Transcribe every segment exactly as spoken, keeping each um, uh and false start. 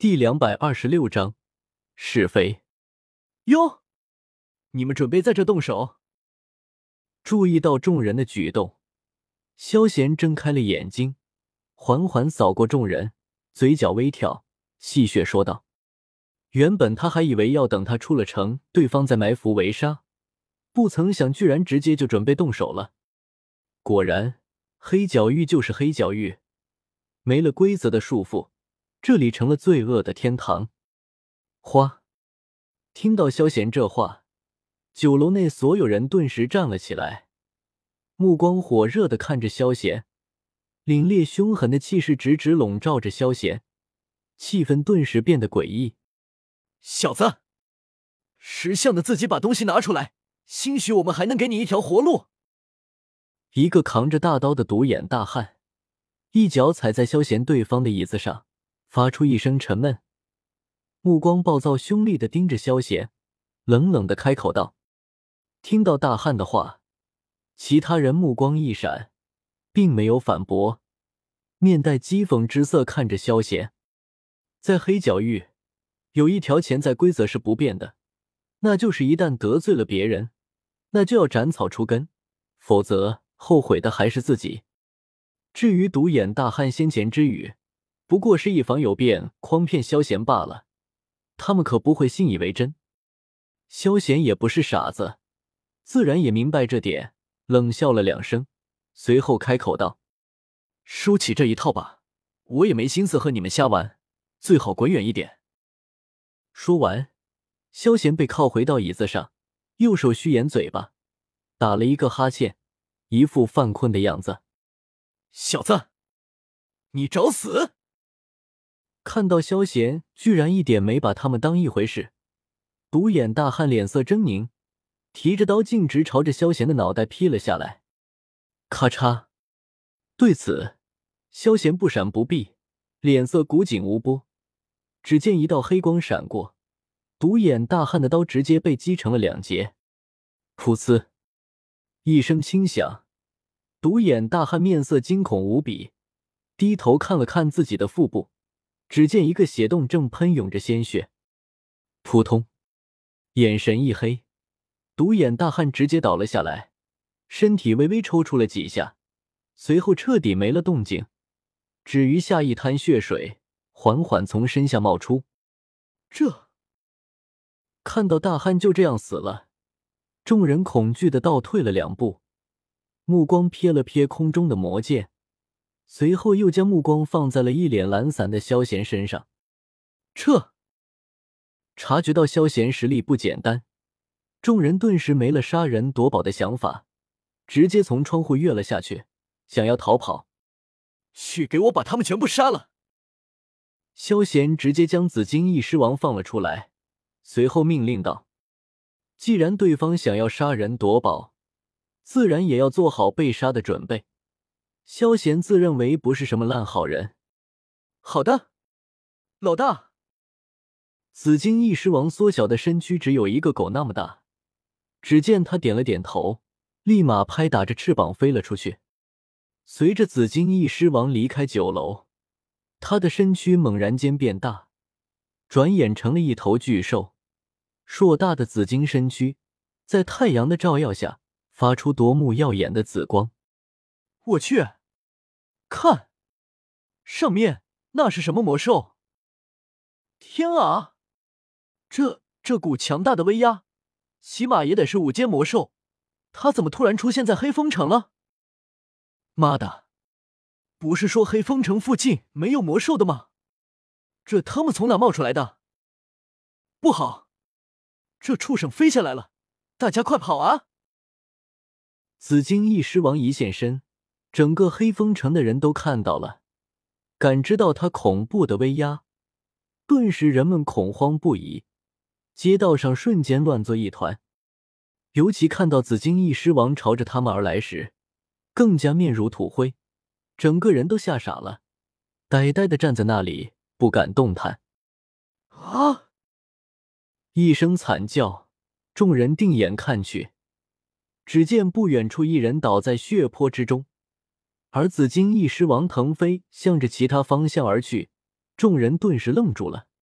第两百二十六章是非。 哟，你们准备在这动手？ 注意到众人的举动，萧贤睁开了眼睛，缓缓扫过众人，嘴角微挑，戏谑说道：原本他还以为要等他出了城，对方再埋伏围杀，不曾想居然直接就准备动手了。果然，黑角域就是黑角域，没了规则的束缚，这里成了罪恶的天堂。花！听到萧贤这话，酒楼内所有人顿时站了起来，目光火热地看着萧贤，凛冽凶狠的气势直直笼罩着萧贤，气氛顿时变得诡异。 小子，识相的自己把东西拿出来，兴许我们还能给你一条活路。 一个扛着大刀的独眼大汉一脚踩在萧贤对方的椅子上，发出一声沉闷，目光暴躁凶厉地盯着萧贤，冷冷地开口道。听到大汉的话，其他人目光一闪，并没有反驳，面带讥讽之色看着萧贤。在黑角域，有一条潜在规则是不变的，那就是一旦得罪了别人，那就要斩草除根，否则后悔的还是自己。至于独眼大汉先前之语，不过是以防有变诓骗萧贤罢了，他们可不会信以为真。萧贤也不是傻子，自然也明白这点，冷笑了两声，随后开口道： 输起这一套吧，我也没心思和你们瞎玩，最好滚远一点。 说完，萧贤被靠回到椅子上，右手虚掩嘴巴，打了一个哈欠，一副犯困的样子。 小子，你找死！ 看到萧贤居然一点没把他们当一回事，独眼大汉脸色狰狞，提着刀径直朝着萧贤的脑袋劈了下来。咔嚓！对此，萧贤不闪不避，脸色古井无波。只见一道黑光闪过，独眼大汉的刀直接被击成了两截。噗呲！一声轻响，独眼大汉面色惊恐无比，低头看了看自己的腹部，只见一个血洞正喷涌着鲜血。扑通！眼神一黑，独眼大汉直接倒了下来，身体微微抽搐了几下，随后彻底没了动静，只余下一滩血水缓缓从身下冒出。 这看到大汉就这样死了，众人恐惧地倒退了两步，目光瞥了瞥空中的魔剑，随后又将目光放在了一脸懒散的萧贤身上。撤！察觉到萧贤实力不简单，众人顿时没了杀人夺宝的想法，直接从窗户跃了下去，想要逃跑。 去给我把他们全部杀了！ 萧贤直接将紫金翼狮王放了出来，随后命令道：既然对方想要杀人夺宝，自然也要做好被杀的准备。萧贤自认为不是什么烂好人。 好的，老大。 紫金翼狮王缩小的身躯只有一个狗那么大，只见他点了点头，立马拍打着翅膀飞了出去。随着紫金翼狮王离开酒楼，他的身躯猛然间变大，转眼成了一头巨兽。硕大的紫金身躯在太阳的照耀下发出夺目耀眼的紫光。 我去，看，上面那是什么魔兽？天啊，这这股强大的威压，起码也得是五阶魔兽，他怎么突然出现在黑风城了？妈的，不是说黑风城附近没有魔兽的吗？这他妈从哪冒出来的？不好，这畜生飞下来了，大家快跑啊！ 紫金翼狮王一现身，整个黑风城的人都看到了，感知到他恐怖的威压，顿时人们恐慌不已，街道上瞬间乱作一团。尤其看到紫金翼狮王朝着他们而来时，更加面如土灰，整个人都吓傻了，呆呆地站在那里，不敢动弹。 啊！ 一声惨叫，众人定眼看去，只见不远处一人倒在血泊之中，而紫金翼狮王腾飞向着其他方向而去，众人顿时愣住了。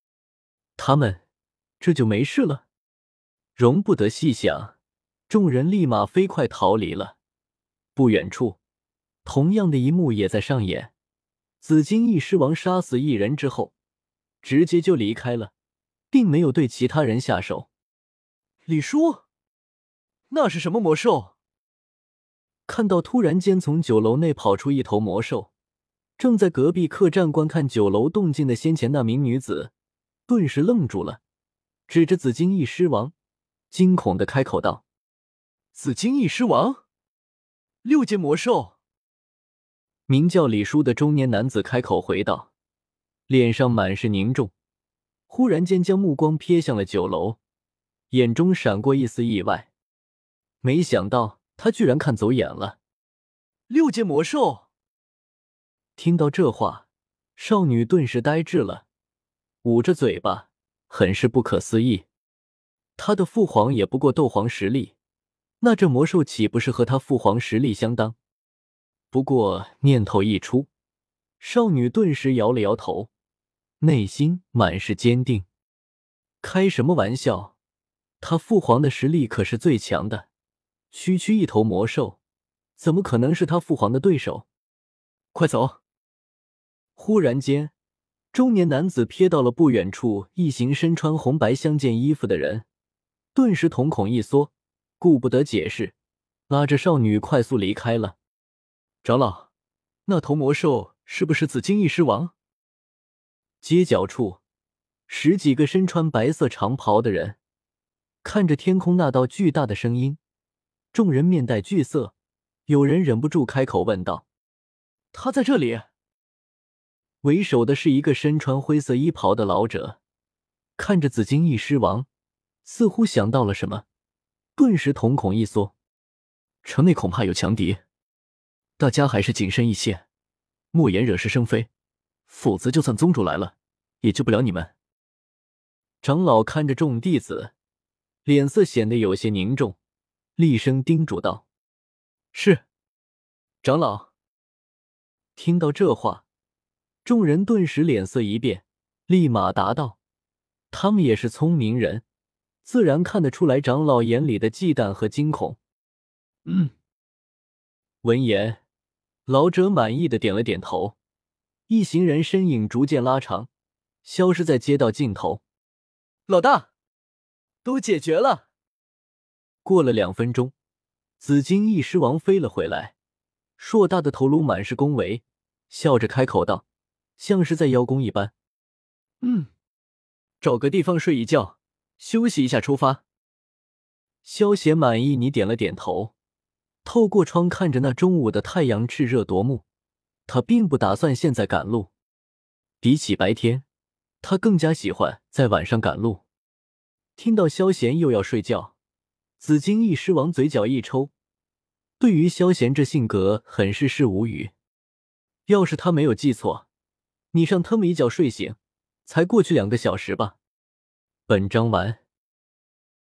他们这就没事了？容不得细想，众人立马飞快逃离了。不远处，同样的一幕也在上演。紫金翼狮王杀死一人之后，直接就离开了，并没有对其他人下手。 李叔，那是什么魔兽？ 看到突然间从酒楼内跑出一头魔兽，正在隔壁客栈观看酒楼动静的先前那名女子顿时愣住了，指着紫金翼狮王惊恐地开口道： 紫金翼狮王，六阶魔兽。 名叫李叔的中年男子开口回道，脸上满是凝重，忽然间将目光瞥向了酒楼，眼中闪过一丝意外。没想到他居然看走眼了。 六阶魔兽。 听到这话，少女顿时呆滞了，捂着嘴巴，很是不可思议。她的父皇也不过斗皇实力，那这魔兽岂不是和他父皇实力相当？不过念头一出，少女顿时摇了摇头，内心满是坚定。开什么玩笑，他父皇的实力可是最强的，区区一头魔兽怎么可能是他父皇的对手？ 快走！ 忽然间，中年男子瞥到了不远处一行身穿红白相间衣服的人，顿时瞳孔一缩，顾不得解释，拉着少女快速离开了。 长老，那头魔兽是不是紫金翼狮王？ 街角处，十几个身穿白色长袍的人看着天空那道巨大的声音，众人面带惧色，有人忍不住开口问道： 他在这里？ 为首的是一个身穿灰色衣袍的老者，看着紫金翼狮王，似乎想到了什么，顿时瞳孔一缩。 城内恐怕有强敌，大家还是谨慎一些，莫言惹是生非，否则就算宗主来了，也救不了你们。 长老看着众弟子，脸色显得有些凝重，厉声叮嘱道： 是，长老。 听到这话，众人顿时脸色一变，立马答道：他们也是聪明人，自然看得出来长老眼里的忌惮和惊恐。 嗯。 闻言，老者满意的点了点头，一行人身影逐渐拉长，消失在街道尽头。 老大，都解决了。 过了两分钟，紫金翼狮王飞了回来，硕大的头颅满是恭维，笑着开口道，像是在邀功一般。 嗯，找个地方睡一觉，休息一下出发。 萧协满意你点了点头，透过窗看着那中午的太阳炽热夺目，他并不打算现在赶路。比起白天，他更加喜欢在晚上赶路。听到萧贤又要睡觉，紫金翼狮王嘴角一抽，对于萧贤这性格很是是无语。要是他没有记错，你上他们一觉睡醒，才过去两个小时吧。本章完。